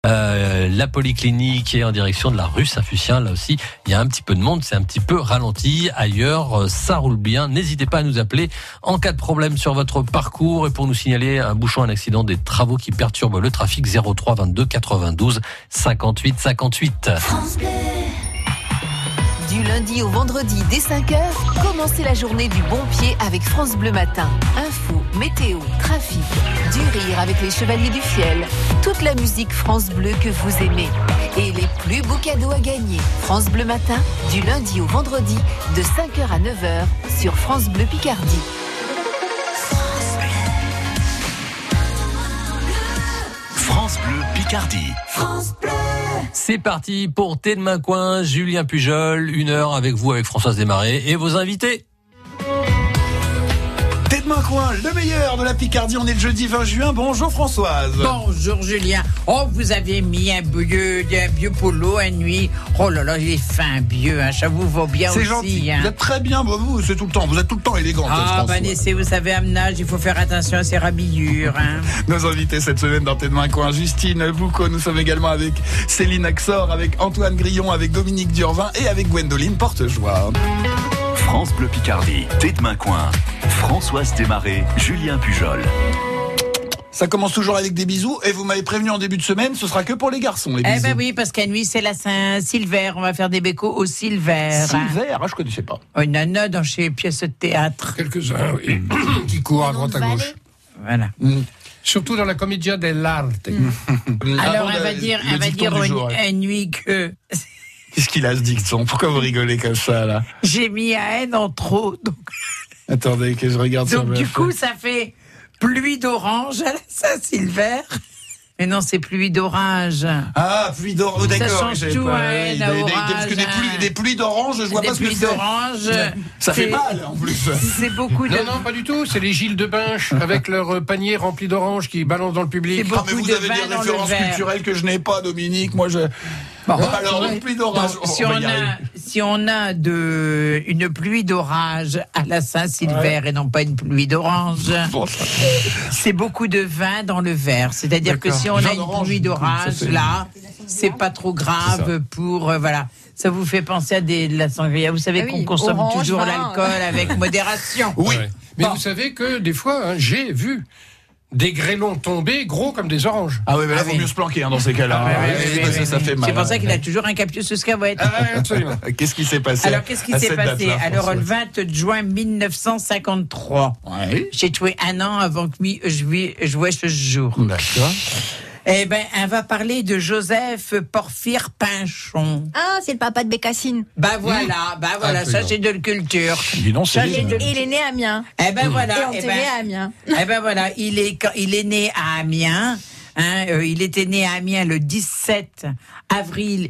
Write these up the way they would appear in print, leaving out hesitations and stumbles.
La polyclinique est en direction de la rue Saint-Fucien. Là aussi, il y a un petit peu de monde, c'est un petit peu ralenti. Ailleurs, ça roule bien. N'hésitez pas à nous appeler en cas de problème sur votre parcours et pour nous signaler un bouchon, un accident, des travaux qui perturbent le trafic. 03 22 92 58 58. Du lundi au vendredi dès 5h, commencez la journée du bon pied avec France Bleu Matin. Info, météo, trafic, du rire avec les Chevaliers du Fiel, toute la musique France Bleu que vous aimez et les plus beaux cadeaux à gagner. France Bleu Matin, du lundi au vendredi de 5h à 9h sur France Bleu Picardie. France Bleu Picardie. France Bleu. C'est parti pour Thé de Maincoin, Julien Pujol, 1 heure avec vous, avec Françoise Desmarais et vos invités. Thé de Maincoin, le meilleur de la Picardie. On est le jeudi 20 juin. Bonjour Françoise. Bonjour Julien. Oh, vous avez mis un vieux polo à nuit. Oh là là, il est fin, vieux. Ça vous va bien c'est aussi. Gentil. Vous êtes très bien. Vous, c'est tout le temps. Vous êtes tout le temps élégante. Ah, vous savez, à mon âge, il faut faire attention à ses rhabillures. Nos invités cette semaine dans Thé de Maincoin, Justine Boucaud. Nous sommes également avec Céline Axor, avec Antoine Grillon, avec Dominique Durvin et avec Gwendoline Portejoie. France Bleu Picardie, Thé de Maincoin, Françoise Desmarais, Julien Pujol. Ça commence toujours avec des bisous et vous m'avez prévenu en début de semaine, ce sera que pour les garçons les bisous. Eh ben oui, parce qu'à nuit c'est la Saint-Sylvère, on va faire des bécos au Sylvère. Sylvère, je connaissais pas. Oh, une nana dans chez pièces de théâtre. Quelques-uns, oui, qui courent à droite à gauche. Voilà. Surtout dans la Commedia dell'arte. Alors elle va dire une nuit que... Qu'est-ce qu'il a ce dicton? Pourquoi vous rigolez comme ça là? J'ai mis un N en trop, donc... Attendez que je regarde ça. Donc du coup ça fait pluie d'orange à la Saint-Sylvère. Mais non, c'est pluie d'orage. Ah, pluie d'orange, d'accord. Ça change tout, parce que des pluies d'orange, je vois pas ce que c'est. Des pluies d'orange. Ça fait mal, en plus. C'est beaucoup de... Non, pas du tout. C'est les Gilles de Binche avec leur panier rempli d'orange qui balancent dans le public. Ah, mais vous avez des références culturelles que je n'ai pas, Dominique. Moi, je... Bon, alors, une pluie d'orage. Si on a une pluie d'orage à la Saint-Sylvère et non pas une pluie d'orange, c'est beaucoup de vin dans le verre. C'est-à-dire que si on a une pluie d'orage, là, c'est pas trop grave pour... voilà. Ça vous fait penser à de la sangria. Vous savez qu'on consomme toujours l'alcool avec modération. Oui. Ouais. Mais vous savez que des fois, j'ai vu des grêlons tombés gros comme des oranges. Ah oui, mais là, il vaut mieux se planquer dans ces cas-là. Ça fait mal. C'est pour ça qu'il a toujours un capiou sous scavouette. Absolument. Qu'est-ce qui s'est passé? Alors, qu'est-ce qui s'est passé? Alors, le 20 juin 1953, j'ai tué 1 an avant que je jouais ce jour. D'accord. Eh ben, on va parler de Joseph Porphyre Pinchon. Ah, c'est le papa de Bécassine. Voilà, ça c'est de la culture. Dis donc, c'est Il est né à Amiens. Eh ben voilà. Et enterré à Amiens. Eh ben voilà, il est né à Amiens. Il était né à Amiens le 17 avril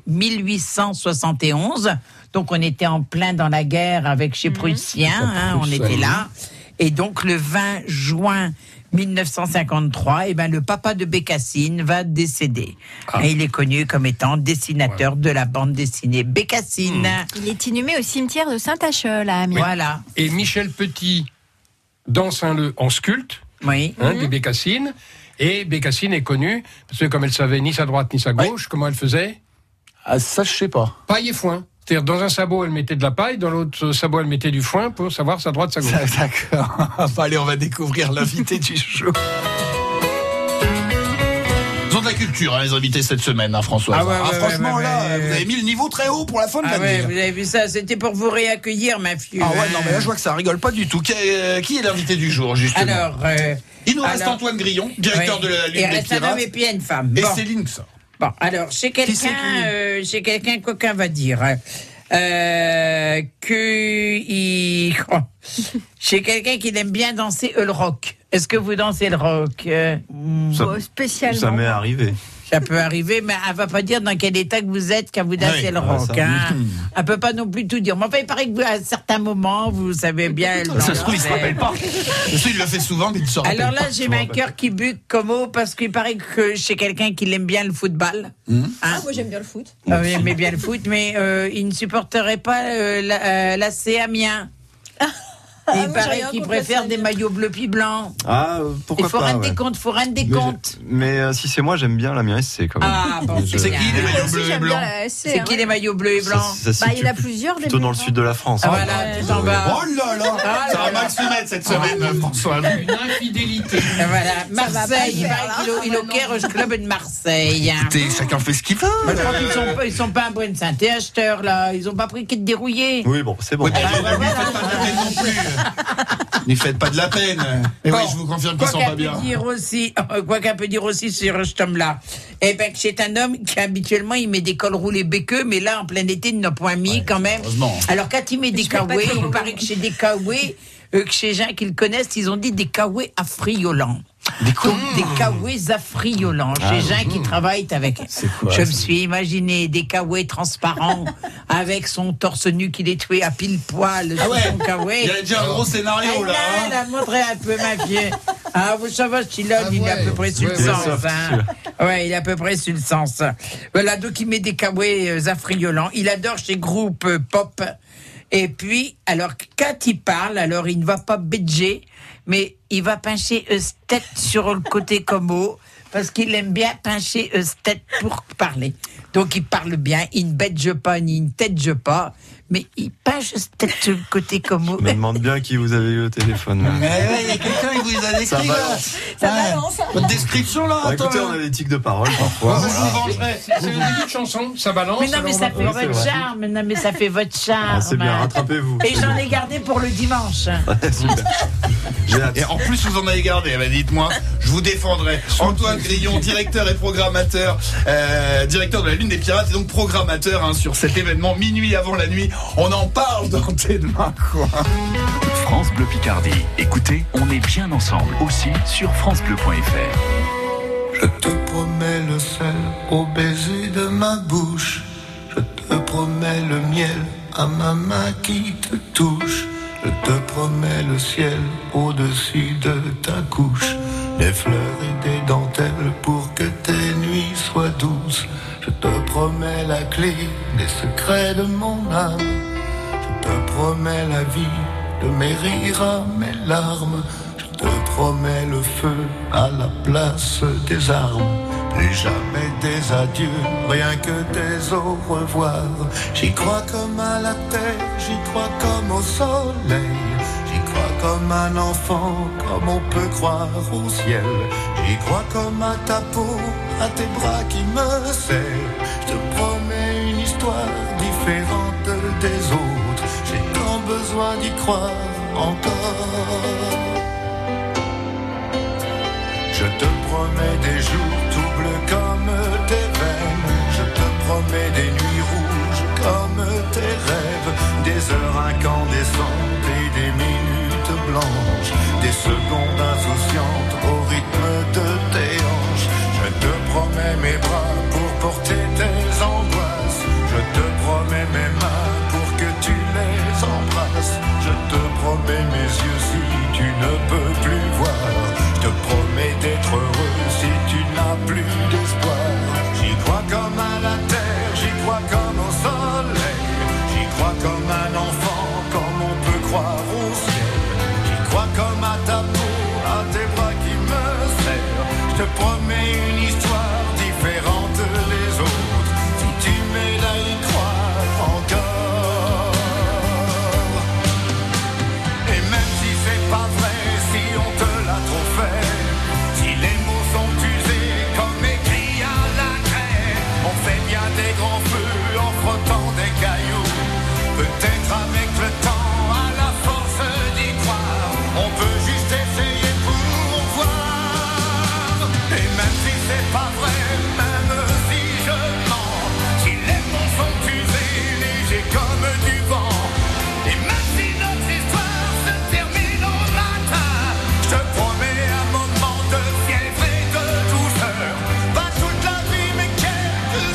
1871. Donc on était en plein dans la guerre avec chez Prussiens. On était là. Et donc le 20 juin 1953, le papa de Bécassine va décéder. Et il est connu comme étant dessinateur de la bande dessinée Bécassine. Il est inhumé au cimetière de Saint-Acheul à Amiens. Voilà. Et Michel Petit dansins-le en sculte, des Bécassines. Et Bécassine est connue, parce que comme elle savait ni sa droite ni sa gauche, comment elle faisait? Ah, ça, je sais pas. Paille et foin. C'est-à-dire, dans un sabot, elle mettait de la paille, dans l'autre sabot, elle mettait du foin pour savoir sa droite, sa gauche. D'accord. Allez, on va découvrir l'invité du show. Ils ont de la culture, les invités cette semaine, François. Franchement, vous avez mis le niveau très haut pour la fin de l'année. Vous avez vu ça, c'était pour vous réaccueillir, ma fille. Non, mais là, je vois que ça rigole pas du tout. Qui est l'invité du jour, justement? Alors, il nous reste Antoine Grillon, directeur de la Lune des Pirates. Il reste un homme et puis une femme. Et Céline Axor. Bon, alors, chez quelqu'un, qu'aucun va dire chez quelqu'un qui aime bien danser le rock. Est-ce que vous dansez le rock? Spécialement. Ça m'est arrivé. Ça peut arriver, mais elle va pas dire dans quel état que vous êtes quand vous dansez le rock. Elle peut pas non plus tout dire. Mais enfin, il paraît que à certains moments, vous savez bien. Ça se trouve, il se rappelle pas. Il le fait souvent, mais il ne se rappelle pas. Alors là, j'ai un cœur qui bute comme eau parce qu'il paraît que chez quelqu'un qui aime bien le football. Moi j'aime bien le foot. Oui, j'aime bien le foot, mais il ne supporterait pas l'AC Amiens. Il paraît qu'il préfère des maillots bleus puis blancs. Ah, pourquoi pas. Il faut rendre des comptes. Mais si c'est moi, j'aime bien la mienne SC quand même. Ah, bon, c'est qui les maillots bleus et blancs? C'est qui les maillots bleus et blancs? Il y en a plusieurs. Plutôt dans le sud de la France. Ah, voilà, tout en bas. Oh là là, ça va mal se mettre cette semaine, François. Une infidélité. Voilà, Marseille, il paraît qu'il est au Caire Club de Marseille. Écoutez, chacun fait ce qu'il veut. Je crois qu'ils sont pas un bon synthé acheteurs, là. Ils ont pas pris qu'ils te dérouiller. Oui, bon, c'est bon. Oui, ne faites pas de la peine non plus. N'y faites pas de la peine. Et oui, je vous confirme qu'ils sont pas bien. Quoi qu'un peut dire aussi sur cet homme-là, eh ben, c'est un homme qui habituellement il met des cols roulés béqueux, mais là en plein été il n'a point mis quand même. Alors quand il met des kawaii, il paraît que chez des kawaii, que chez gens qui le connaissent, ils ont dit des kawaii affriolants. Des kawaii affriolants chez gens qui travaillent avec. Je me suis imaginé des kawaii transparents avec son torse nu qu'il est tué à pile poil. Ah ouais. Son kawaii. Il y a déjà un gros scénario là. Elle a montré un peu ma fille. Ah, vous savez, Chilon, il est à peu près sur le sens. Ouais, il est à peu près sur le sens. Voilà, donc il met des kawaii affriolants. Il adore ces groupes pop. Et puis, alors, quand il parle, alors il ne va pas béger, mais il va pincher tête sur le côté como, parce qu'il aime bien pincher tête pour parler. Donc, il parle bien, il ne bêche pas, ni une tête pas, mais il pinche tête sur le côté como. Je me demande bien qui vous avez eu au téléphone. Là. Mais ouais, il y a quelqu'un qui vous a décrit là. Ça balance. Votre description là, Bah, écoutez, on a des tics de parole parfois. Je vous vengerai. C'est le début de chanson, ça balance. Mais non, mais ça fait votre charme. Non, mais ça fait votre charme. Ah, c'est bien, rattrapez-vous. Et j'en ai gardé pour le dimanche. Super. J'ai hâte. Et en plus, vous en avez gardé. Bah, dites-moi, je vous défendrai. Antoine Grillon, directeur et programmateur, directeur de la Lune des Pirates et donc programmateur sur cet événement Minuit avant la nuit. On en parle dans tes mains, quoi. France Bleu Picardie. Écoutez, on est bien ensemble aussi sur francebleu.fr. Je te promets le sel au baiser de ma bouche. Je te promets le miel à ma main qui te touche. Je te promets le ciel au-dessus de ta couche. Des fleurs et des dentelles pour que tes nuits soient douces. Je te promets la clé des secrets de mon âme. Je te promets la vie de mes rires à mes larmes. Je te promets le feu à la place des armes. Plus jamais des adieux, rien que des au revoir. J'y crois comme à la terre, j'y crois comme au soleil. J'y crois comme un enfant, comme on peut croire au ciel. J'y crois comme à ta peau, à tes bras qui me serrent. Je te promets une histoire différente des autres. J'ai tant besoin d'y croire encore. Je te promets des jours tout bleus comme tes veines. Je te promets des nuits rouges comme tes rêves. Des heures incandescentes et des minutes blanches. Des secondes insouciantes au rythme de tes hanches. Je te promets mes bras pour porter tes angoisses. Je te promets mes mains pour que tu les embrasses. Je te promets mes yeux si tu ne peux plus voir. Je te promets d'être heureux si tu n'as plus d'espoir. J'y crois comme à la terre, j'y crois comme au soleil. J'y crois comme un enfant, comme on peut croire au ciel. J'y crois comme à ta peau, à tes bras qui me serrent. Je te promets une histoire différente des autres. Si tu m'aides à y croire encore. Et même si c'est pas vrai, si on te l'a trop fait. Si les mots sont usés comme écrits à la craie. On fait bien des grands feux en frottant des cailloux. Peut-être avec le temps, à la force d'y croire, on peut juste essayer pour voir. Et même si c'est pas vrai, même si je mens, si les mots sont usés, légers comme du vent, et même si notre histoire se termine au matin, je te promets un moment de fièvre et de douceur. Pas toute la vie, mais quelques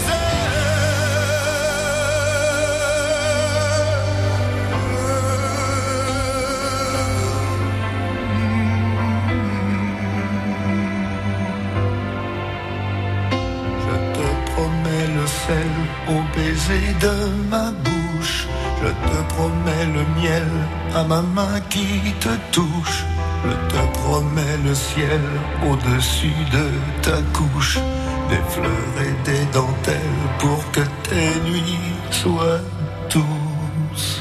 Je te promets le sel au baiser de ma bouche. Je Je te promets le miel à ma main qui te touche. Je te promets le ciel au-dessus de ta couche. Des fleurs et des dentelles pour que tes nuits soient douces.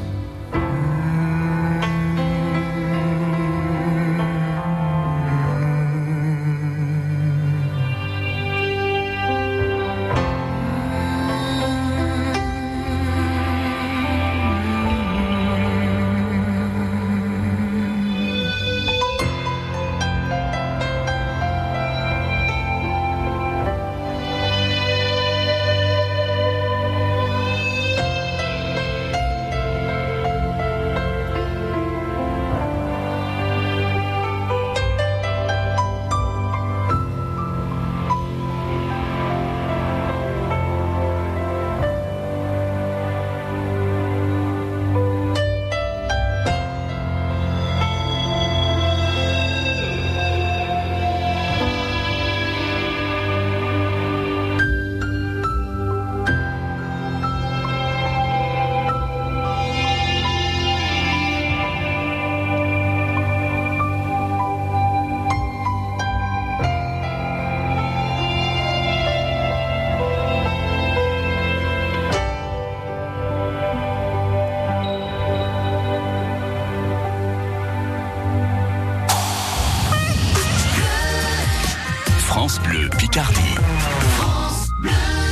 France Bleu Picardie. France Bleu.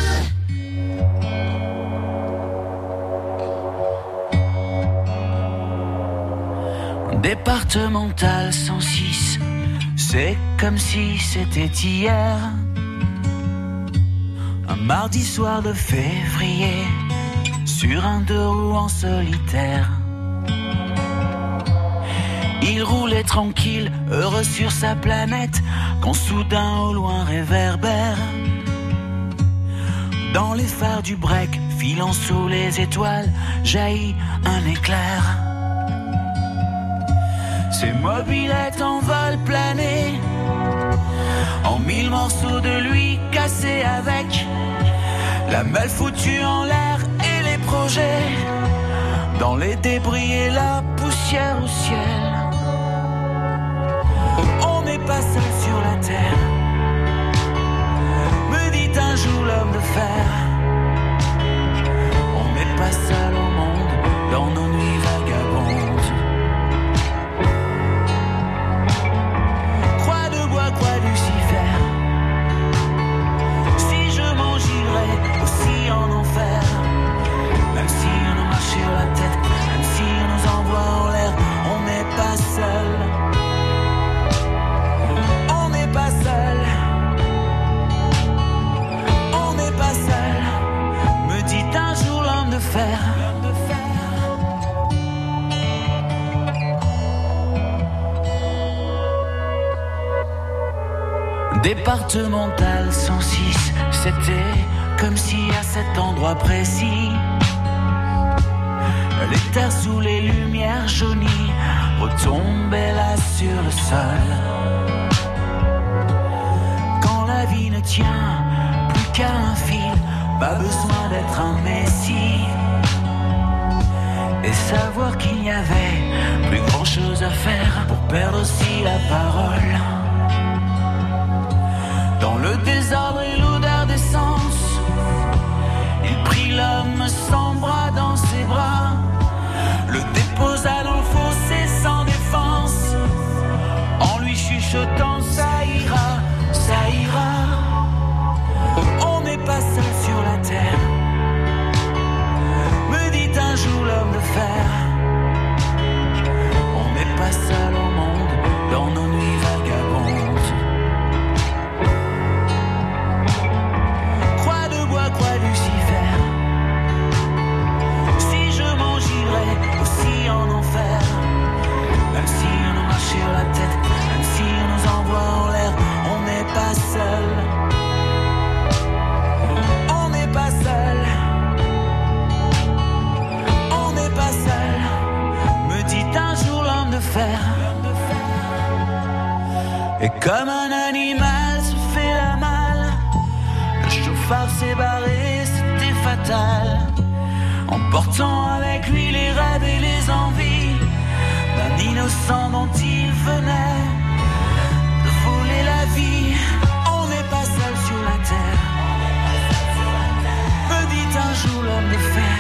Départemental 106, c'est comme si c'était hier. Un mardi soir de février, sur un deux roues en solitaire. Il roulait tranquille, heureux sur sa planète, quand soudain au loin réverbère. Dans les phares du break, filant sous les étoiles, jaillit un éclair. Ses mobylettes en vol plané, en mille morceaux de lui cassés avec la malle foutue en l'air et les projets dans les débris et la poussière au ciel. On n'est pas seul sur la terre, me dit un jour l'homme de fer. On n'est pas seul au monde dans nos nuits vagabondes. Croix de bois, croix Lucifer, si je m'en girais aussi en enfer. Même si on nous marche sur la tête, même si on nous envoie en l'air, on n'est pas seul. On n'est pas seul. On n'est pas seul, me dit un jour l'homme de fer. Départemental 106, c'était comme si à cet endroit précis, les terres sous les lumières jaunies retombaient là sur le sol. Quand la vie ne tient plus qu'à un fil, pas besoin d'être un messie, et savoir qu'il n'y avait plus grand chose à faire pour perdre aussi la parole. Dans le désordre et l'odeur d'essence, il prit l'homme sans bras dans ses bras, le déposa dans le fossé sans défense, en lui chuchotant ça ira, ça ira. On n'est pas seul sur la terre, me dit un jour l'homme de fer. On n'est pas seul au monde dans nos nuits vagabondes. Croix de bois, croix Lucifer, si je m'en girais aussi en enfer. Même si on nous marche sur la tête, même si on nous envoie en l'air, on n'est pas seul. On n'est pas seul. On n'est pas seul, me dit un jour l'homme de fer. Et comme un animal se fait la malle, le chauffard s'est barré, c'était fatal. emportant avec lui les rêves et les envies d'un innocent dont il venait de voler la vie. On n'est pas seul sur la terre, me dit un jour l'homme de fer.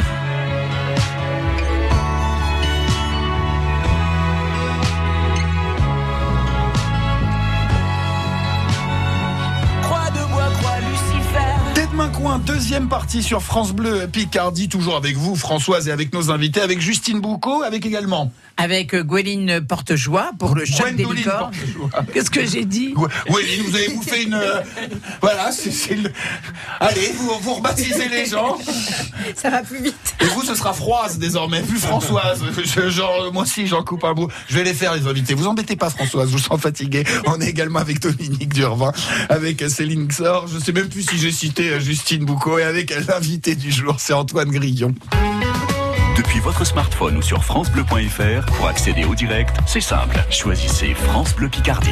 Demain coin, deuxième partie sur France Bleu Picardie, toujours avec vous Françoise et avec nos invités, avec Justine Boucaud, avec également avec Gweline Portejoie pour le choc des licornes. Qu'est-ce que j'ai dit? Gweline, vous avez bouffé une... voilà, c'est le... Allez, vous rebaptisez les gens. Ça va plus vite. Et vous, ce sera Froise désormais, plus Françoise. Genre, moi aussi, j'en coupe un bout. Je vais les faire, les invités. Vous embêtez pas, Françoise, je vous sens fatigué. On est également avec Dominique Durvin, avec Céline Xor. Je sais même plus si j'ai cité Justine Boucaud, et avec l'invité du jour, c'est Antoine Grillon. Depuis votre smartphone ou sur francebleu.fr, pour accéder au direct, c'est simple. Choisissez France Bleu Picardie.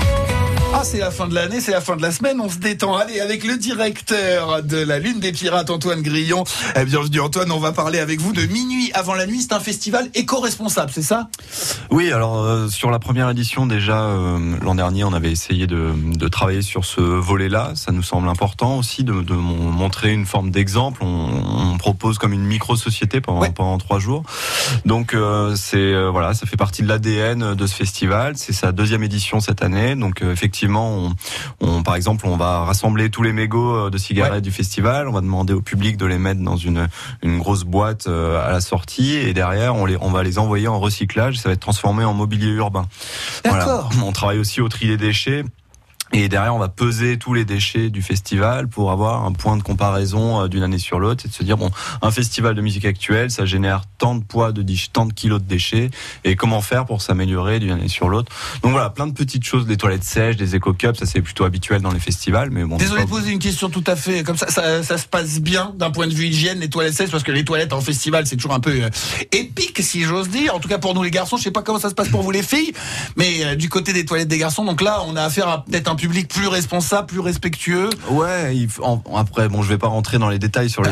Ah, c'est la fin de l'année, c'est la fin de la semaine, on se détend. Allez, avec le directeur de la Lune des Pirates, Antoine Grillon. Bienvenue Antoine, on va parler avec vous de Minuit avant la nuit. C'est un festival éco-responsable, c'est ça? Oui, alors sur la première édition déjà, l'an dernier, on avait essayé de travailler sur ce volet-là. Ça nous semble important aussi de montrer une forme d'exemple. On propose comme une micro-société pendant 3 jours. Donc voilà, ça fait partie de l'ADN de ce festival. C'est sa 2e édition cette année. Donc effectivement, par exemple, on va rassembler tous les mégots de cigarettes du festival. On va demander au public de les mettre dans une grosse boîte à la sortie, et derrière, on va les envoyer en recyclage. Ça va être transformé en mobilier urbain. D'accord. Voilà. On travaille aussi au tri des déchets. Et derrière, on va peser tous les déchets du festival pour avoir un point de comparaison d'une année sur l'autre, et de se dire, bon, un festival de musique actuelle, ça génère tant de poids, tant de kilos de déchets, et comment faire pour s'améliorer d'une année sur l'autre. Donc voilà, plein de petites choses, des toilettes sèches, des éco-cups, ça c'est plutôt habituel dans les festivals, mais bon. Désolé de poser une question tout à fait comme ça se passe bien d'un point de vue hygiène, les toilettes sèches, parce que les toilettes en festival, c'est toujours un peu épique, si j'ose dire. En tout cas pour nous les garçons, je sais pas comment ça se passe pour vous les filles, mais du côté des toilettes des garçons, donc là, on a affaire à peut-être un public plus responsable, plus respectueux. Ouais, après, bon, je vais pas rentrer dans les détails sur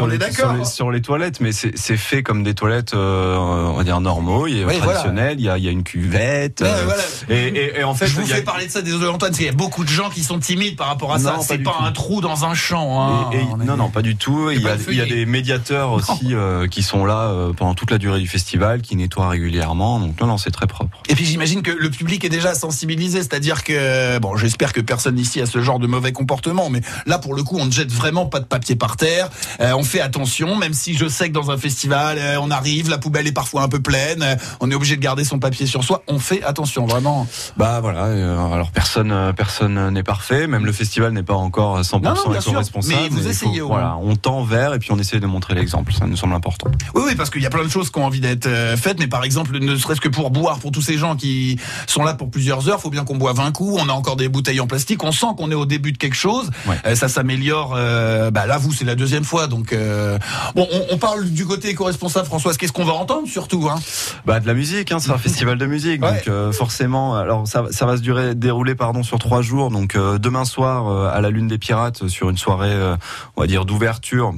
les toilettes, mais c'est fait comme des toilettes, on va dire normaux, traditionnels. Voilà. Il y a une cuvette. Voilà. Et en fait, je vous fais parler de ça, désolé Antoine, parce qu'il y a beaucoup de gens qui sont timides par rapport à ça. C'est pas un trou dans un champ. Non, pas du tout. Il y a des médiateurs aussi qui sont là pendant toute la durée du festival, qui nettoient régulièrement. Donc non, c'est très propre. Et puis j'imagine que le public est déjà sensibilisé, c'est-à-dire que bon, j'espère que personne ici a ce genre de mauvais comportement, mais là pour le coup on ne jette vraiment pas de papier par terre, on fait attention, même si je sais que dans un festival on arrive, la poubelle est parfois un peu pleine, on est obligé de garder son papier sur soi, on fait attention vraiment. Bah voilà, alors personne n'est parfait, même le festival n'est pas encore 100% éco-responsable, mais vous essayez voilà, on tend vers et puis on essaie de montrer l'exemple, ça nous semble important. Oui, parce qu'il y a plein de choses qui ont envie d'être faites, mais par exemple ne serait-ce que pour boire, pour tous ces gens qui sont là pour plusieurs heures, faut bien qu'on boive un coup, on a encore des bouteilles en plastique, on sent qu'on est au début de quelque chose, ça s'améliore, là vous c'est la 2e fois, donc bon, on parle du côté éco-responsable. Françoise, qu'est-ce qu'on va entendre surtout de la musique, c'est un festival de musique, donc forcément, alors ça va se dérouler sur 3 jours, donc demain soir à la Lune des Pirates, sur une soirée on va dire d'ouverture,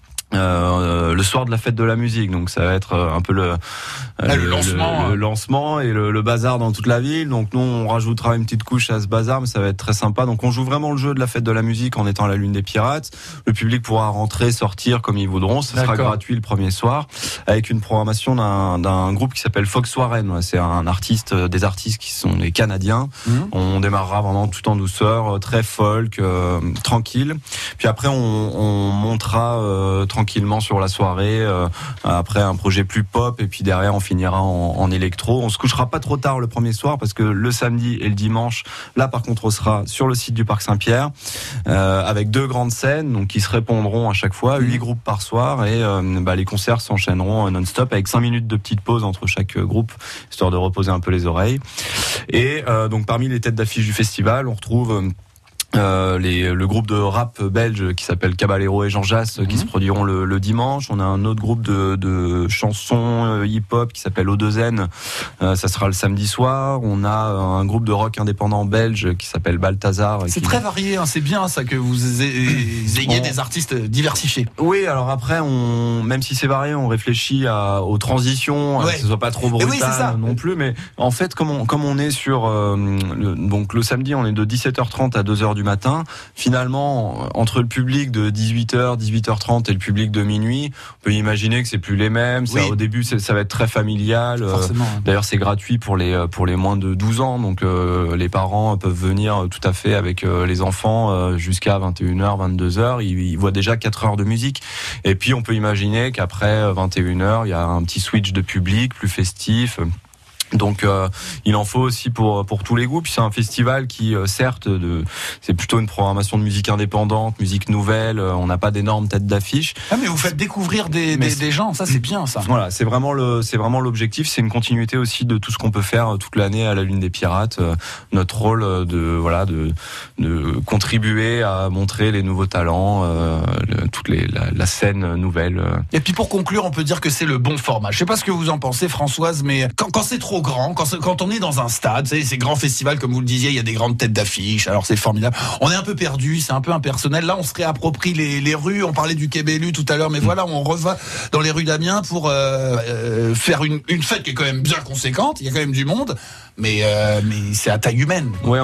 le soir de la fête de la musique, donc ça va être un peu le lancement et le bazar dans toute la ville. Donc nous on rajoutera une petite couche à ce bazar, mais ça va être très sympa. Donc on joue vraiment le jeu de la fête de la musique en étant à la Lune des Pirates. Le public pourra rentrer, sortir comme ils voudront. Ça sera gratuit le premier soir, avec une programmation d'un groupe qui s'appelle Fox Warren. C'est des artistes qui sont des Canadiens. On démarrera vraiment tout en douceur, très folk, tranquille. Puis après on montera tranquillement sur la soirée, après un projet plus pop, et puis derrière on finira en électro. On se couchera pas trop tard le premier soir, parce que le samedi et le dimanche, là par contre on sera sur le site du Parc Saint-Pierre, avec 2 grandes scènes, donc qui se répondront à chaque fois, 8 groupes par soir, et les concerts s'enchaîneront non-stop, avec 5 minutes de petite pause entre chaque groupe, histoire de reposer un peu les oreilles. Et donc parmi les têtes d'affiche du festival, on retrouve le groupe de rap belge qui s'appelle Caballero et Jean Jass qui se produiront le dimanche. On a un autre groupe de chansons hip-hop qui s'appelle O2N, ça sera le samedi soir. On a un groupe de rock indépendant belge qui s'appelle Balthazar. C'est très varié, hein, c'est bien ça que vous ayez des artistes diversifiés. Oui, alors après, même si c'est varié, on réfléchit aux transitions, que ce soit pas trop brutal non plus. Mais en fait, comme on est sur donc le samedi, on est de 17h30 à 2h du matin. Finalement, entre le public de 18h, 18h30 et le public de minuit, on peut imaginer que c'est plus les mêmes. Ça, au début, ça va être très familial. D'ailleurs, c'est gratuit pour les moins de 12 ans. Donc, les parents peuvent venir tout à fait avec les enfants jusqu'à 21h, 22h. Ils voient déjà 4 heures de musique. Et puis, on peut imaginer qu'après 21h, il y a un petit switch de public plus festif. Donc il en faut aussi pour tous les goûts. Puis c'est un festival qui certes c'est plutôt une programmation de musique indépendante, musique nouvelle. On n'a pas d'énormes têtes d'affiche. Ah mais vous faites découvrir des gens, ça c'est bien ça. Voilà, c'est vraiment l'objectif. C'est une continuité aussi de tout ce qu'on peut faire toute l'année à la Lune des Pirates. Notre rôle de contribuer à montrer les nouveaux talents, la scène nouvelle. Et puis pour conclure, on peut dire que c'est le bon format. Je sais pas ce que vous en pensez, Françoise, mais quand c'est trop grand, quand on est dans un stade, vous savez, ces grands festivals, comme vous le disiez, il y a des grandes têtes d'affiche, alors c'est formidable. On est un peu perdu, c'est un peu impersonnel. Là, on se réapproprie les rues. On parlait du Quai Bellu tout à l'heure, mais voilà, on reva dans les rues d'Amiens pour faire une fête qui est quand même bien conséquente. Il y a quand même du monde, mais c'est à taille humaine. Ouais,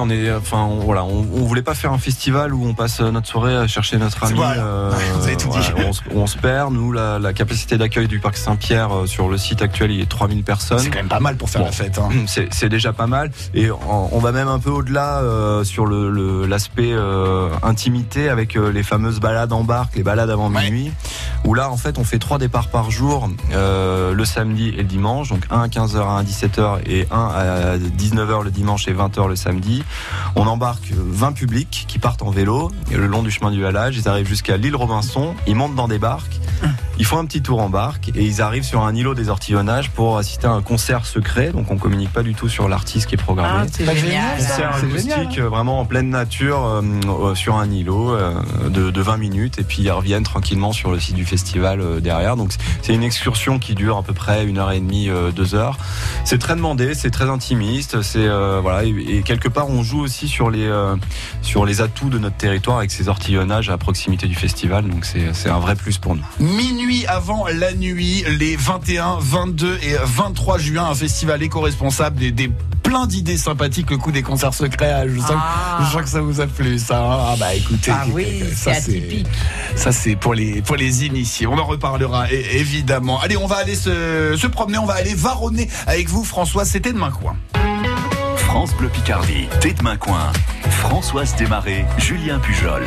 on voulait pas faire un festival où on passe notre soirée à chercher notre ami. Vous avez tout dit. On se perd. Nous, la capacité d'accueil du Parc Saint-Pierre sur le site actuel, il est 3000 personnes. C'est quand même pas mal pour faire la fête. Hein. C'est déjà pas mal. Et on va même un peu au-delà sur l'aspect intimité avec les fameuses balades en barque, les balades avant minuit, où là, en fait, on fait 3 départs par jour, le samedi et le dimanche. Donc un à 15h, un à 17h et un à 19h le dimanche et 20h le samedi. On embarque 20 publics qui partent en vélo le long du chemin du halage. Ils arrivent jusqu'à l'île Robinson, ils montent dans des barques, ils font un petit tour en barque et ils arrivent sur un îlot des Ortillonnages pour assister à un concert secret. Donc on communique pas du tout sur l'artiste qui est programmé. C'est génial. Concert acoustique vraiment en pleine nature sur un îlot de 20 minutes et puis ils reviennent tranquillement sur le site du festival derrière. Donc c'est une excursion qui dure à peu près 1h30, 2 heures. C'est très demandé, c'est très intimiste, c'est et quelque part on joue aussi sur les atouts de notre territoire avec ces ortillonnages à proximité du festival. Donc c'est un vrai plus pour nous. Minuit avant la nuit, les 21, 22 et 23 juin, un festival éco-responsable, des plein d'idées sympathiques, le coup des concerts secrets. Je sens que ça vous a plu, ça. Ah bah écoutez, c'est atypique. Ça c'est pour les initiés. On en reparlera évidemment. Allez, on va aller se promener, on va aller varonner avec vous, Françoise. C'était Demain Coin. France Bleu Picardie, T'es Demain Coin. Françoise Desmarais, Julien Pujol.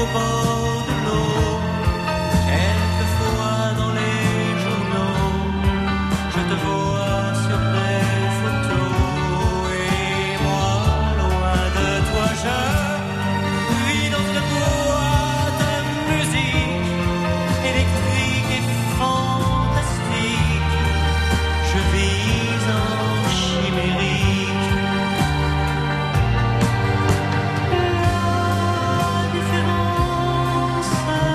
au bord de l'eau. Quelquefois dans les journaux, je te vois sur les photos. Et moi, loin de toi, je vis dans une boîte à musique électrique et fantastique. Je vis en chimérique. La différence,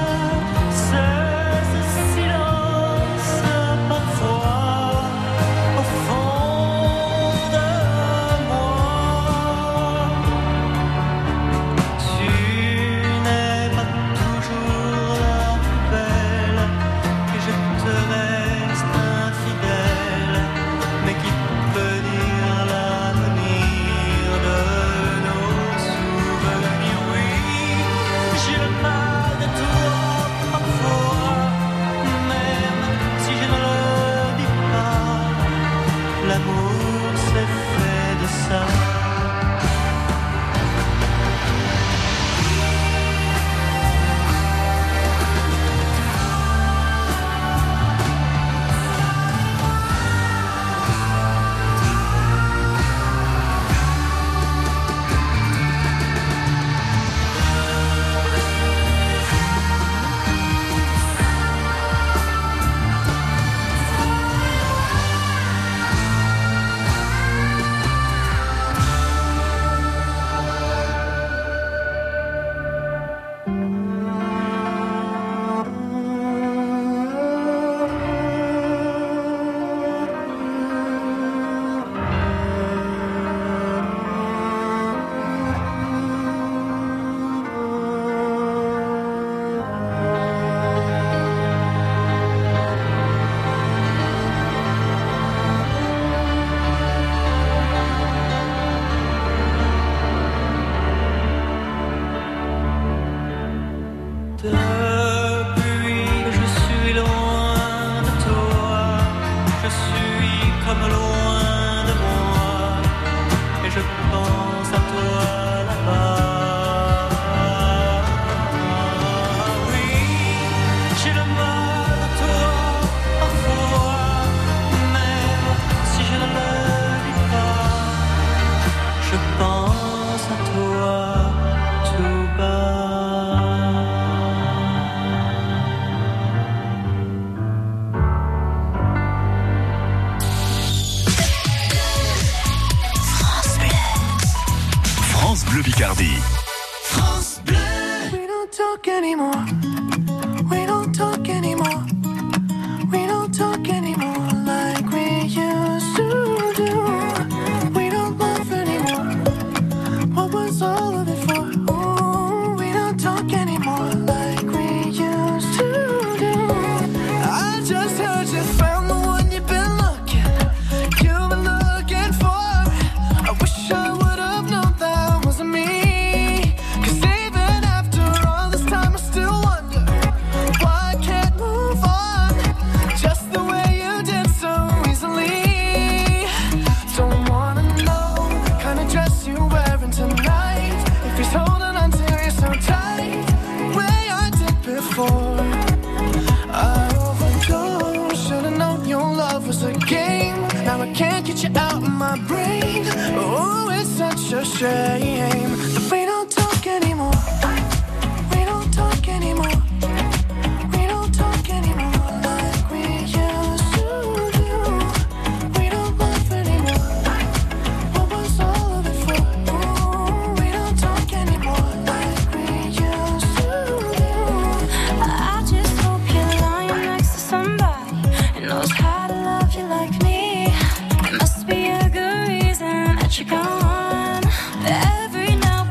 c'est ce silence parfois au fond de moi. Tu n'es pas toujours la plus belle, et je te reste infidèle, mais qui peut dire l'avenir de nos souvenirs? Oui, j'ai le mal de toi parfois, même si je ne le dis pas. L'amour c'est fait de ça. Depuis que je suis loin de toi, je suis comme loin de moi, et je pense à toi là-bas. Oui, j'ai le mal de toi parfois, même si je ne le dis pas, je pense à toi tout bas. France Bleu Picardie. We don't talk anymore. We don't talk anymore. We don't talk anymore like we used to do. We don't laugh anymore. What was all of it for? Ooh, we don't talk anymore like we used to do. I just heard you found the one you've been looking for. I wish I would have known that wasn't me. 'Cause even after all this time I still wonder why I can't move on just the way you did so easily. Don't wanna know the kind of dress you're wearing tonight, if he's holding on to you so tight, the way I did before. I overdosed, should've known your love was a game. Now I can't get you out of my brain. Oh, it's such a shame that we don't talk anymore. We don't talk anymore. We don't talk anymore like we used to do. We don't laugh anymore. What was all of it for? Ooh, we don't talk anymore like we used to do. I just hope you're lying next to somebody who knows how to love you like me. There must be a good reason that you're gone. Every now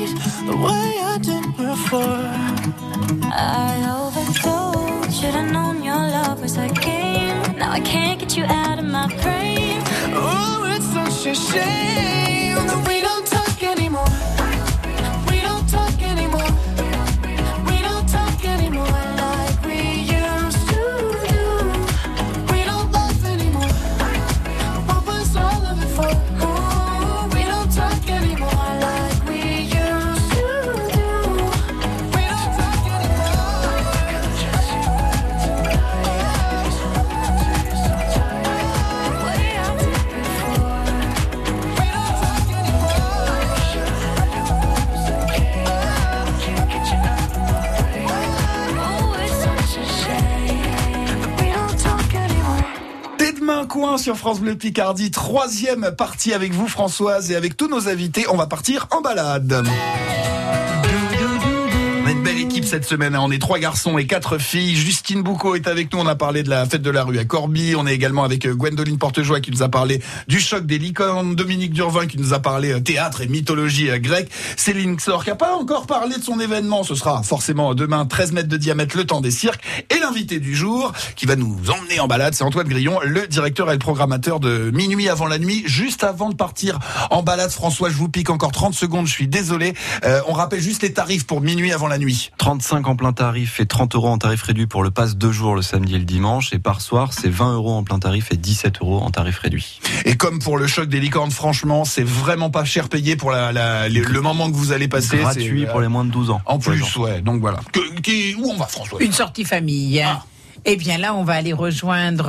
it the way I did before. I overdosed. Should've known your love was a game. Now I can't get you out of my brain. Oh, it's such a shame that we don't talk anymore. We don't talk anymore. We don't talk anymore like we used to do. We don't love anymore. What was all of it for? Oh, we don't talk anymore like we used to do. We don't talk anymore. Way I did before. We don't talk anymore. Oh, it's such a shame that we don't talk anymore. T'es demain coin sur France Bleu Picardie, 3e partie avec vous Françoise et avec tous nos invités, on va partir en balade. On a une belle équipe cette semaine, on est 3 garçons et 4 filles. Justine Boucaud est avec nous, on a parlé de la fête de la rue à Corbie. On est également avec Gwendoline Portejoie qui nous a parlé du choc des licornes, Dominique Durvin qui nous a parlé théâtre et mythologie grecque, Céline Xor qui n'a pas encore parlé de son événement, ce sera forcément demain, 13 mètres de diamètre, le temps des cirques. Et l'invité du jour qui va nous emmener en balade, c'est Antoine Grillon, le directeur et le programmateur de Minuit avant la nuit. Juste avant de partir en balade, François, je vous pique encore 30 secondes, je suis désolé. On rappelle juste les tarifs pour Minuit avant la nuit. 35 en plein tarif et 30 € en tarif réduit pour le pass 2 jours le samedi et le dimanche. Et par soir, c'est 20 € en plein tarif et 17 € en tarif réduit. Et comme pour le choc des licornes, franchement, c'est vraiment pas cher payé pour le moment que vous allez passer. Gratuit pour les moins de 12 ans. En plus, ouais. Donc voilà. Où on va, François? Une sortie famille. Eh bien là, on va aller rejoindre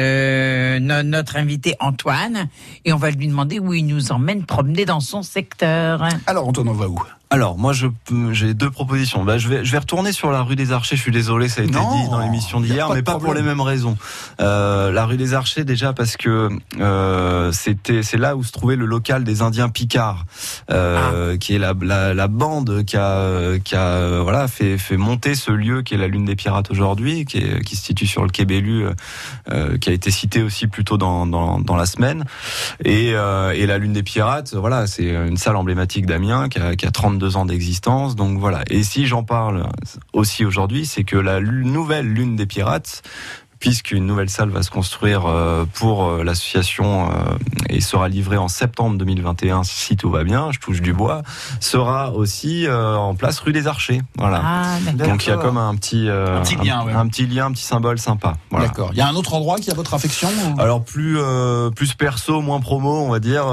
notre invité Antoine et on va lui demander où il nous emmène promener dans son secteur. Alors Antoine, on va où? Alors, moi, j'ai 2 propositions. Je vais retourner sur la rue des Archers. Je suis désolé, ça a été dit dans l'émission d'hier, mais pas pour les mêmes raisons. La rue des Archers, déjà parce que c'est là où se trouvait le local des Indiens Picards, qui est la bande qui a voilà fait monter ce lieu qui est la Lune des Pirates aujourd'hui, qui se situe sur le quai Bellu, qui a été cité aussi plus tôt dans la semaine. Et la Lune des Pirates, voilà, c'est une salle emblématique d'Amiens qui a 32 ans d'existence, donc voilà. Et si j'en parle aussi aujourd'hui, c'est que la nouvelle Lune des Pirates, puisqu'une nouvelle salle va se construire pour l'association et sera livrée en septembre 2021 si tout va bien, je touche du bois, sera aussi en place rue des Archers. Voilà. Donc il y a comme un petit lien, un petit symbole sympa. Voilà. D'accord. Il y a un autre endroit qui a votre affection? Alors plus perso, moins promo, on va dire.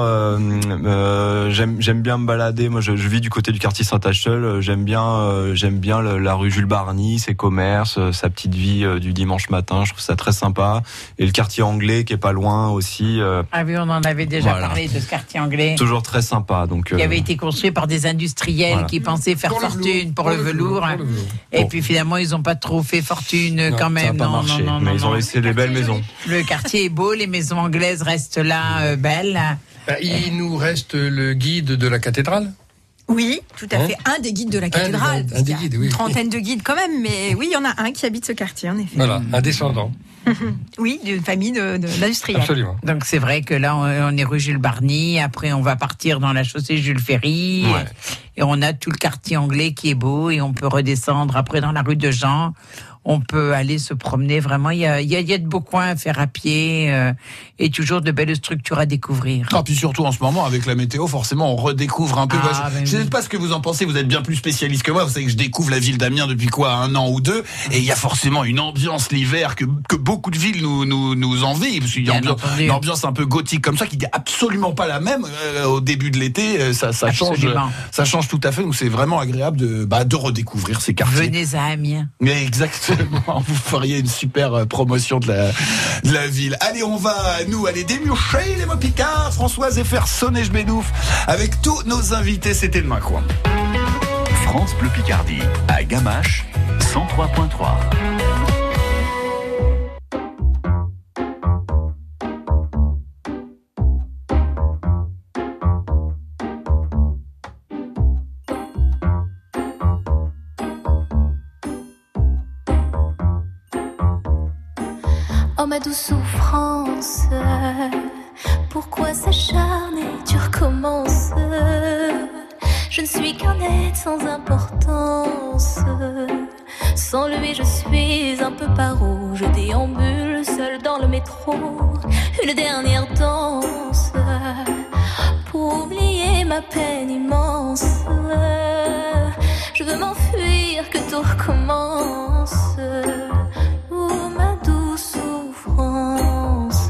J'aime bien me balader. Moi, je vis du côté du quartier Saint-Achel. J'aime bien la rue Jules Barny, ses commerces, sa petite vie du dimanche matin. Je trouve ça très sympa. Et le quartier anglais qui est pas loin aussi. Ah oui, on en avait déjà parlé de ce quartier anglais. Toujours très sympa. Donc qui avait été construit par des industriels qui pensaient faire fortune pour le velours. Et puis finalement, ils n'ont pas trop fait fortune quand même. Ça n'a pas marché. Mais ils ont laissé des belles maisons. Le quartier est beau, les maisons anglaises restent là, belles. Il nous reste le guide de la cathédrale. Oui, tout à fait. Un des guides de la cathédrale. Un des guides, oui. Une trentaine de guides quand même, mais oui, il y en a un qui habite ce quartier, en effet. Voilà, un descendant. Oui, d'une famille d'industriels. Absolument. Donc c'est vrai que là, on est rue Jules Barny, après on va partir dans la chaussée Jules Ferry, et on a tout le quartier anglais qui est beau, et on peut redescendre après dans la rue de Jean. On peut aller se promener, vraiment, il y a de beaux coins à faire à pied et toujours de belles structures à découvrir. Ah, puis surtout en ce moment, avec la météo, forcément, on redécouvre un peu. Je ne sais pas ce que vous en pensez, vous êtes bien plus spécialiste que moi, vous savez que je découvre la ville d'Amiens depuis 1 an ou 2, et il y a forcément une ambiance l'hiver que beaucoup de villes nous envient, parce qu'il y a une ambiance un peu gothique comme ça, qui n'est absolument pas la même au début de l'été, ça change tout à fait, donc c'est vraiment agréable de redécouvrir ces quartiers. Venez à Amiens. Mais exactement. Vous feriez une super promotion de la ville. Allez, on va, aller démurcher les mots picards, Françoise, et faire sonner Jbédouf avec tous nos invités. C'était demain, quoi. France Bleu Picardie, à Gamache, 103.3. Oh ma douce souffrance, pourquoi s'acharner, tu recommences? Je ne suis qu'un être sans importance. Sans lui je suis un peu paro. Je déambule seul dans le métro. Une dernière danse pour oublier ma peine immense. Je veux m'enfuir, que tout recommence. Oh ma douce souffrance.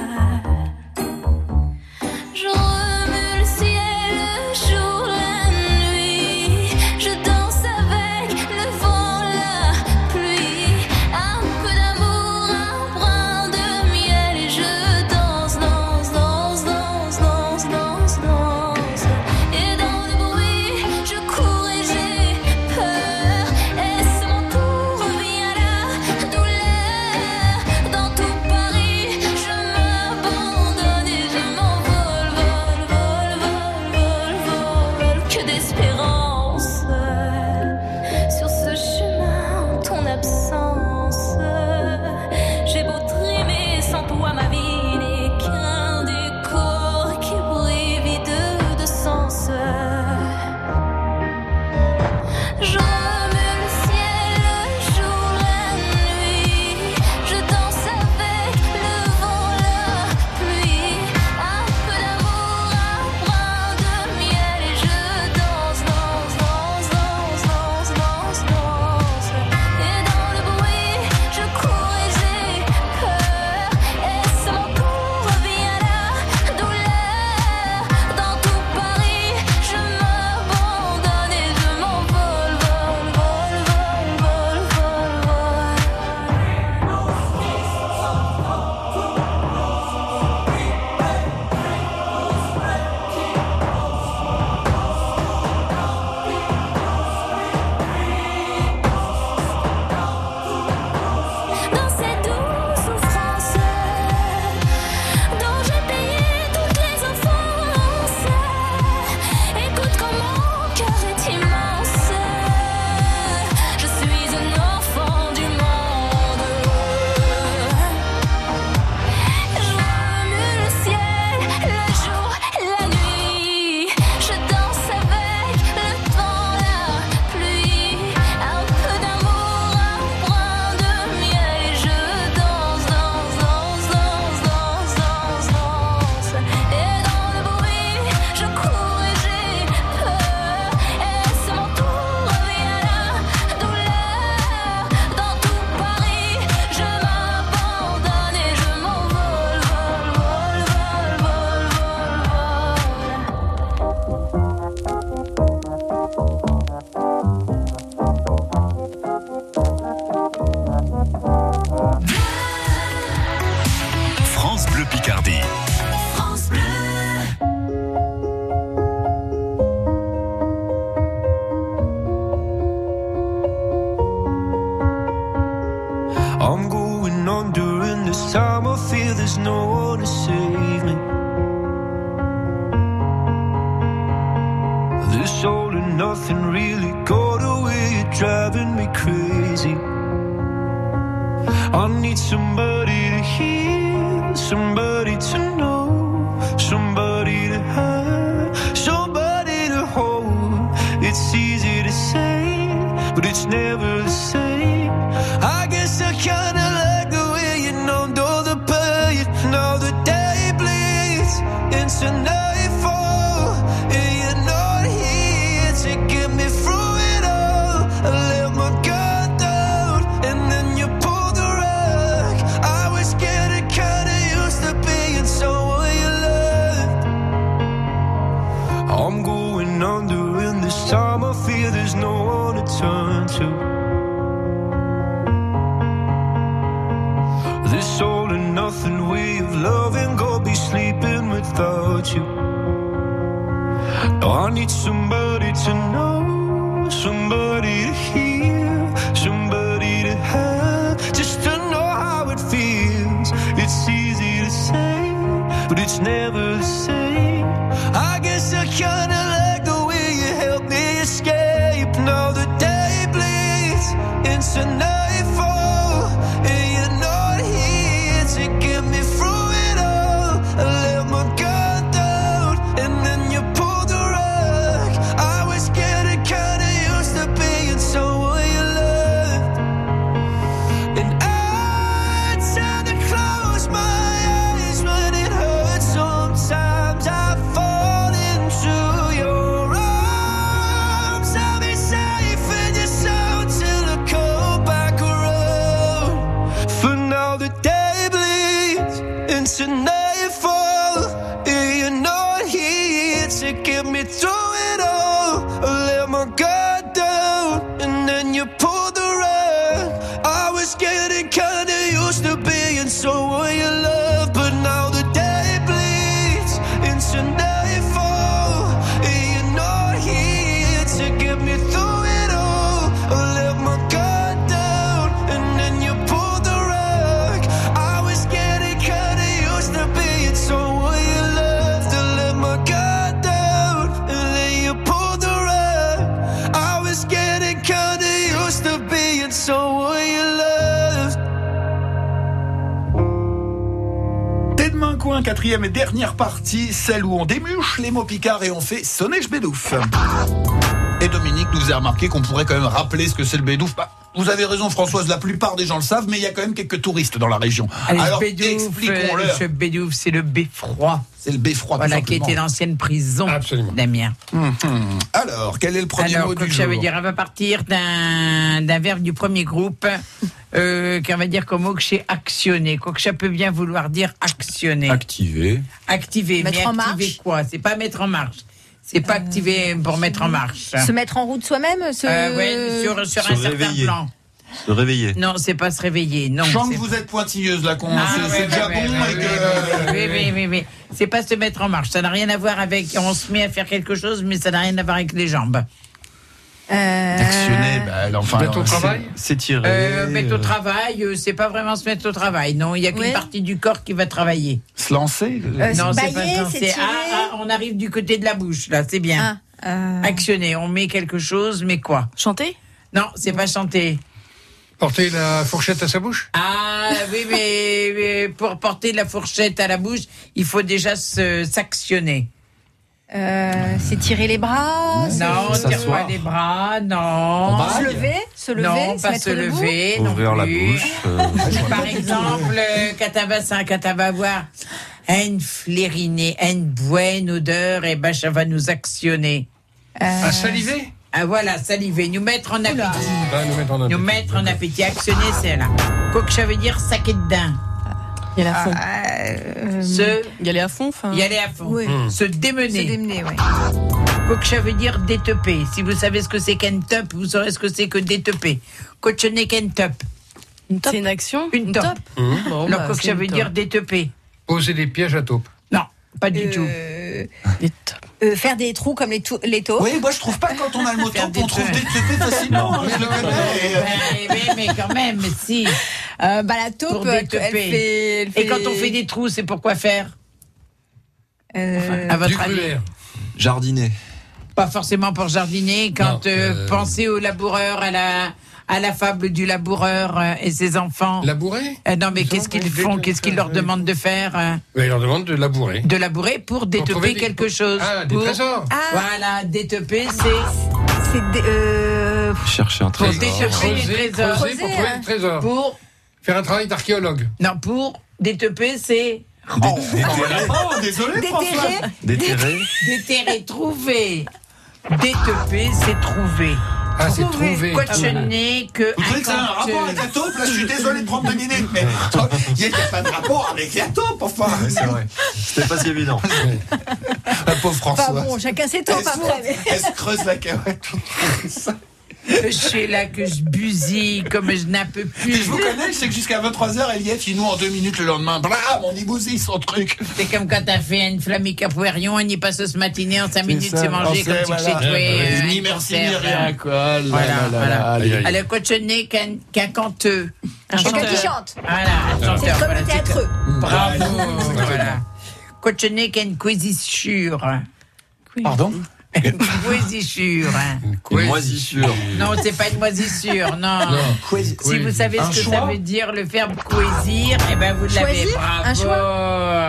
Je remue le ciel, le jour, la nuit. Je danse avec le vent, la pluie. Un peu d'amour, un brin de miel. Et je danse, danse, danse, danse, danse, danse, danse. Et dans le bruit, je cours et j'ai peur. Et ce manteau revient à la douleur. Dans tout Paris, je m'abandonne et je m'envole, vol, vol, vol, vol, vol. Que d'espérance sur ce chemin en ton absence. J'ai beau trimer sans toi, ma vie n'est qu'un décor qui brille vide de sens. Je remue le ciel, le jour, la nuit. Je danse avec le vent, la pluie. Un peu d'amour, un brin de miel. Et je danse, danse, danse, danse, danse, danse, danse. Et dans le bruit, je cours et j'ai peur. Et ce manteau revient à la douleur. Dans tout Paris, je m'abandonne et je m'envole, vol, vol, vol, vol, vol, vol. Dans cette douce souffrance dont j'ai payé toutes les offenses. Écoute comme mon cœur est immense. Je suis un enfant du monde. Je remue le ciel, le jour, la nuit. Je danse avec le vent, la pluie. Un peu d'amour, un brin de miel. Et je danse, danse, danse, danse, danse, danse, danse. Et dans le bruit, je cours et j'ai peur. Et ce manteau revient à la douleur. Dans tout Paris, je m'abandonne et je m'envole, vol, vol, vol, vol, vol, vol. France Bleu Picardie. France Bleu. I'm going under, and this time I feel there's no one to save me. This all and nothing really got away, you're driving me crazy. I need somebody to hear, somebody to know, somebody to have, somebody to hold. It's easy to say, but it's never the same. I guess I kinda like the way you numbed all the pain. Now the day bleeds into nightfall, and you're not here to get me through it all. I let my guard down, and then you pulled the rug. I was getting kinda used to being someone you loved. I'm going under, and this time I feel there's no one to turn to. This all and nothing way of loving, go be sleeping without you. Now I need somebody to know, somebody to hear, somebody to have, just to know how it feels. It's easy to say, but it's never the same. I guess I kinda like the way you help me escape. Now the day bleeds into nightfall, and you're not here to get me through it all. I let my guard down, and then you pulled the rug. I getting kinda used to being someone you love, but now the day bleeds into nightfall, and you're not here to get me through it all. I let my guard down, and then you pulled the rug. I was getting kinda used to being someone you love, to let my guard down, and then you pulled the rug. I was getting kinda used to being someone you loved. Tête de main coin, quatrième et dernière partie, celle où on démuche les mots picards et on fait sonner je bédouf. Et Dominique nous a remarqué qu'on pourrait quand même rappeler ce que c'est le bédouf. Bah, vous avez raison Françoise, la plupart des gens le savent, mais il y a quand même quelques touristes dans la région. Allez, Alors expliquons-leur. Le bédouf, c'est le beffroi. C'est le beffroi, voilà, qui était l'ancienne prison d'Amiens. Alors, quel est le premier mot du jour? Ça veut dire, on va partir d'un verbe du premier groupe, qu'on va dire comme mot que c'est actionner. Quoi que ça peut bien vouloir dire actionner. Activer. Activer, mettre mais en activer marche. Quoi? C'est pas mettre en marche. C'est pas activer pour mettre en marche. Se mettre en route soi-même Ouais, sur un certain plan. Se réveiller. Non, c'est pas se réveiller. Non. Je sens que vous êtes pointilleuse là, c'est déjà bon. Oui. C'est pas se mettre en marche. Ça n'a rien à voir avec. On se met à faire quelque chose, mais ça n'a rien à voir avec les jambes. Actionner, enfin. Mettre au travail. S'étirer. Mettre au travail, c'est pas vraiment se mettre au travail. Non, il y a qu'une partie du corps qui va travailler. Se lancer. Non, c'est pas se bailler, lancer. s'étirer. On arrive du côté de la bouche, là, c'est bien. Actionner, on met quelque chose, mais quoi? Chanter? Non, c'est pas chanter. Porter la fourchette à sa bouche? Ah oui, mais pour porter la fourchette à la bouche, il faut déjà s'actionner. C'est tirer les bras? Non, on tire pas les bras, non. Se lever? Non, se pas mettre se debout? lever. Ouvrir non la plus. bouche. Par exemple, quand on va avoir une flairinée, une bonne odeur, et ben ça va nous actionner. À saliver? Ah voilà, saliver, nous mettre en appétit. Nous mettre en appétit. Actionner, c'est là. Quoi que ça veut dire saquer dedans. Y aller à fond. Y aller à fond, Y aller à fond. Oui. Se démener. Se démener, oui. Quoi que ça veut dire déteuper. Si vous savez ce que c'est qu'un top, vous saurez ce que c'est que déteuper. Cochonner qu'un top. C'est une action? Une top. Bon, Alors, quoi que ça veut dire déteuper. Poser des pièges à taupe. Non, pas du tout. Faire des trous comme les taupes. Oui, moi je trouve pas que quand on a le mot taupe, on trouve des teupés facilement. Je le connais. Mais quand même, si. La taupe, Pour elle déteuper. fait... Et quand on fait des trous, c'est pour quoi faire? À votre avis? Jardiner. Pas forcément pour jardiner. Quand pensez au laboureur, à la fable du laboureur et ses enfants. Labourer? Non, mais qu'est-ce qu'ils font? Qu'est-ce qu'ils leur demandent de faire? Ils leur demandent de labourer. De labourer pour déteuper quelque chose. Des trésors. Voilà, déteuper, c'est Chercher un pour trésor. déteuper les trésors. Creuser pour trouver des trésors. Pour faire un travail d'archéologue. Non, pour déteuper, c'est Désolé, François. déterrer, trouver. Déteuper, c'est trouver. Ah, c'est trouver. Cochonner que. Vous trouvez que ça a un rapport avec la taupe? Là, je suis désolé de prendre 2 minutes, mais il n'y a pas de rapport avec la taupe, enfin. C'est vrai. C'était pas si évident. La pauvre François. Enfin bon, chacun ses taupes après. Elle se creuse la carotte. Je sais là que je busille comme je n'en peux plus. Et je vous connais, je sais que jusqu'à 23h, Eliette, il noue en 2 minutes le lendemain. Blam, on y bousille son truc. C'est comme quand t'as fait une flamica poirion, on y passe ce matinée en 5 minutes, ça, c'est mangé comme si chez toi. Ni merci ni rien, quoi. Voilà. Allez. Alors, cochonner qu'un canteux. Quelqu'un qui chante. Voilà, un C'est chanteur. comme le théâtreux. Bravo. Voilà. Cochonner qu'une cuisissure. Pardon? Une moisissure. Une moisissure. Non, c'est pas une moisissure, non. Si vous savez ce que ça veut dire, le verbe coisir, eh ben vous l'avez. Bravo. Un choix.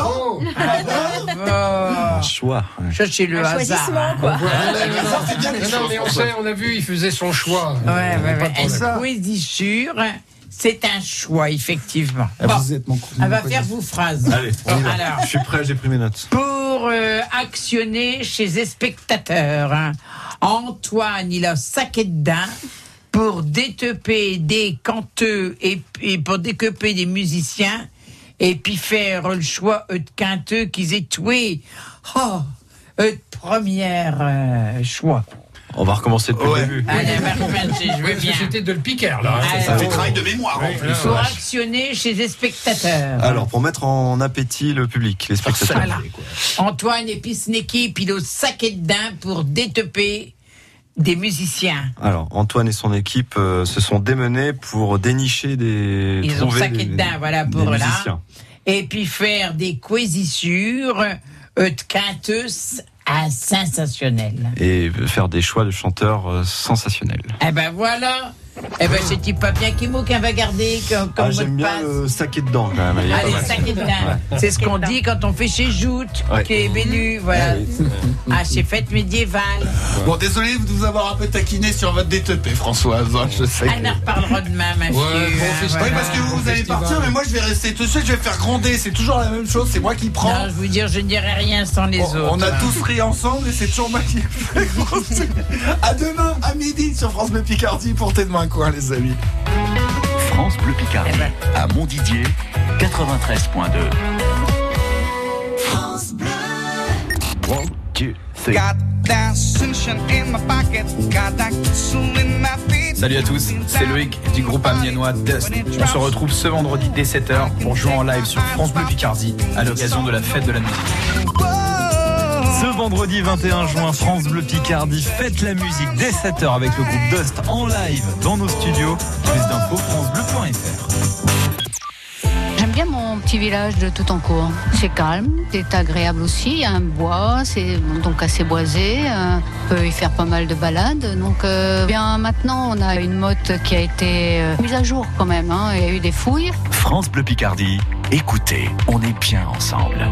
Bravo. Un choix. Ça, c'est le hasard. Choisissement, quoi. Non, mais on a vu, il faisait son choix. Ouais. Une coisissure, c'est un choix, effectivement. Vous êtes mon On va faire vos phrases. Allez, on y va. Alors, Je suis prêt, j'ai pris mes notes. pour actionner chez les spectateurs, hein, Antoine, il a saqué dedans pour déteuper des canteux et pour découper des musiciens et puis faire le choix de canteux qu'ils aient tué. Oh, première choix. On va recommencer depuis le début. Allez, je veux bien. C'était de le piquer, là. Ça fait travail de mémoire, en plus. Pour actionner chez les spectateurs. Alors, pour mettre en appétit le public, les spectateurs. Voilà. Antoine et puis son équipe, il est au saquet de daim pour détoper des musiciens. Alors, Antoine et son équipe se sont démenés pour dénicher des... Ils ont saquet de daim, voilà, pour là. Musiciens. Et puis faire des quizissures de quinteuses à sensationnelles. Et faire des choix de chanteurs sensationnels. Eh ben voilà. Eh ben c'est-il pas bien Kimo qu'on va garder comme mot j'aime de bien passe. le saquet dedans quand même. Allez, saquet dedans. Ouais. C'est ce qu'on dit quand on fait chez Joute, qui est bénu, voilà. Chez Fête médiévale. Bon, désolé de vous avoir un peu taquiné sur votre DTP, Françoise. Je sais. On en reparlera demain, ma fille. Oui, parce que vous allez partir, mais moi je vais rester tout seul, je vais faire gronder. C'est toujours la même chose, c'est moi qui prends. Non, je vous dire, je ne dirai rien sans les autres. On a tous ri ensemble et c'est toujours moi qui fais gronder. À demain, à midi, sur France Bleu Picardie pour T'es de main coin, les amis. France Bleu Picardie, à Montdidier, 93.2. France Bleu. 1, 2, 3. Salut à tous, c'est Loïc du groupe amiénois Dust. On se retrouve ce vendredi dès 7h pour jouer en live sur France Bleu Picardie à l'occasion de la fête de la musique. Ce vendredi 21 juin, France Bleu Picardie fête la musique dès 7h avec le groupe Dust en live dans nos studios. Plus d'infos, francebleu.fr. J'aime bien mon petit village de Toutencourt. C'est calme, c'est agréable aussi. Il y a un bois, c'est donc assez boisé. On peut y faire pas mal de balades. Donc bien maintenant, on a une motte qui a été mise à jour quand même. Il y a eu des fouilles. France Bleu Picardie, écoutez, on est bien ensemble.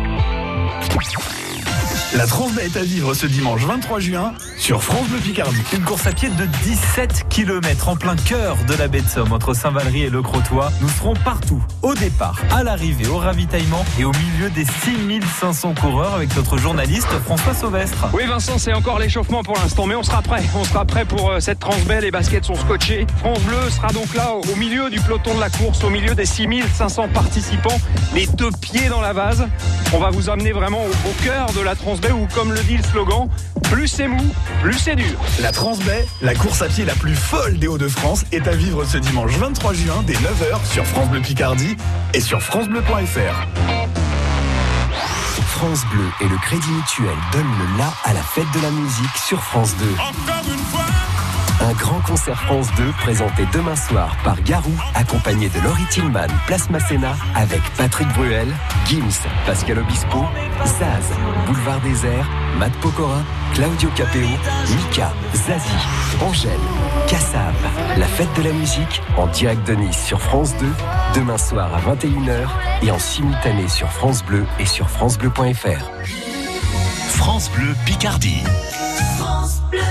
La Transbay est à vivre ce dimanche 23 juin sur France Bleu Picardie. Une course à pied de 17 km en plein cœur de la baie de Somme, entre Saint-Valery et Le Crotoy. Nous serons partout, au départ, à l'arrivée, au ravitaillement et au milieu des 6500 coureurs avec notre journaliste François Sauvestre. Oui Vincent, c'est encore l'échauffement pour l'instant, mais on sera prêt. On sera prêt pour cette Transbay, les baskets sont scotchées. France Bleu sera donc là au milieu du peloton de la course, au milieu des 6500 participants, les deux pieds dans la vase. On va vous amener vraiment au cœur de la Transbay où, comme le dit le slogan, plus c'est mou, plus c'est dur. La Transbay, la course à pied la plus folle des Hauts-de-France, est à vivre ce dimanche 23 juin dès 9h sur France Bleu Picardie et sur francebleu.fr. France Bleu et le Crédit Mutuel donnent le la à la fête de la musique sur France 2. Encore une fois. Un grand concert France 2 présenté demain soir par Garou, accompagné de Laurie Tillman, Place Masséna, avec Patrick Bruel, Gims, Pascal Obispo, Zaz, Boulevard Désert, Matt Pokora, Claudio Capeo, Mika, Zazie, Angèle, Kassav. La fête de la musique en direct de Nice sur France 2, demain soir à 21h et en simultané sur France Bleu et sur francebleu.fr. France Bleu Picardie. France Bleu.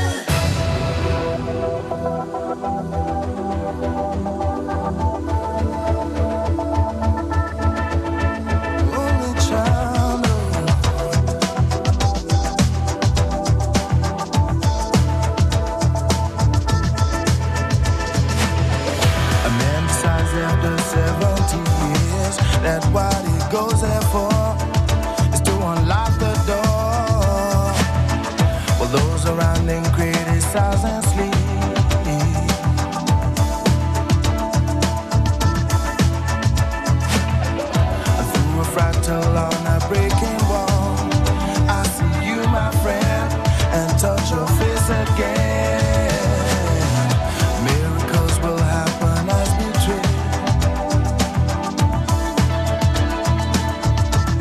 That what he goes there for is to unlock the door. While those around him criticize and sleep. Through a fractal on a breaking wall, I see you, my friend, and touch your face again. Miracles will happen as we dream.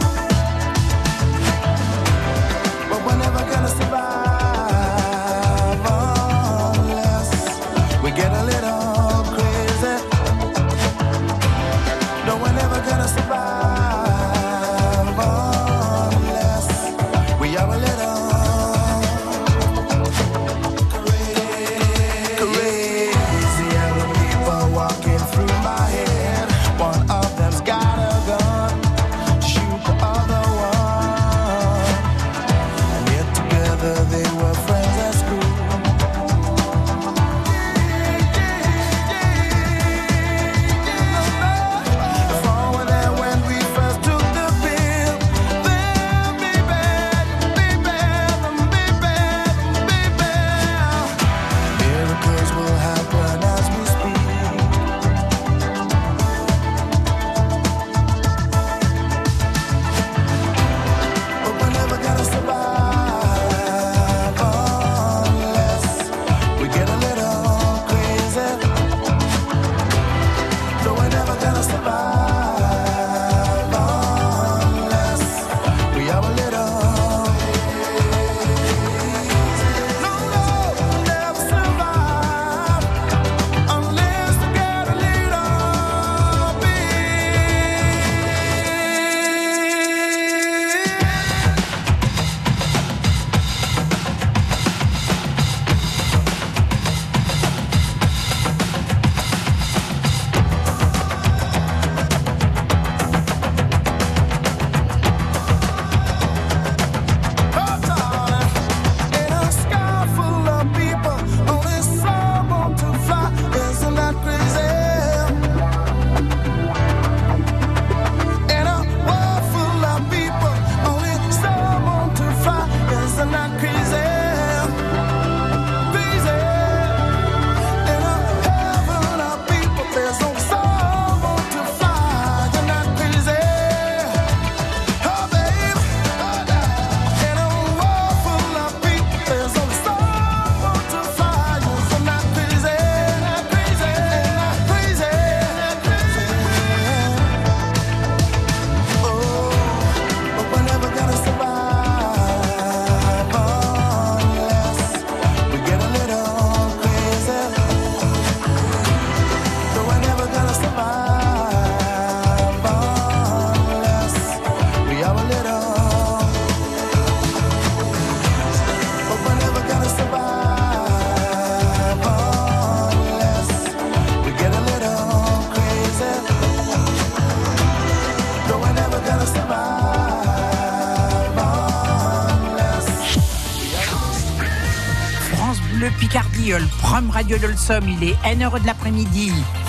Picardie, le programme radio de le Somme, il est 1h de l'après-midi.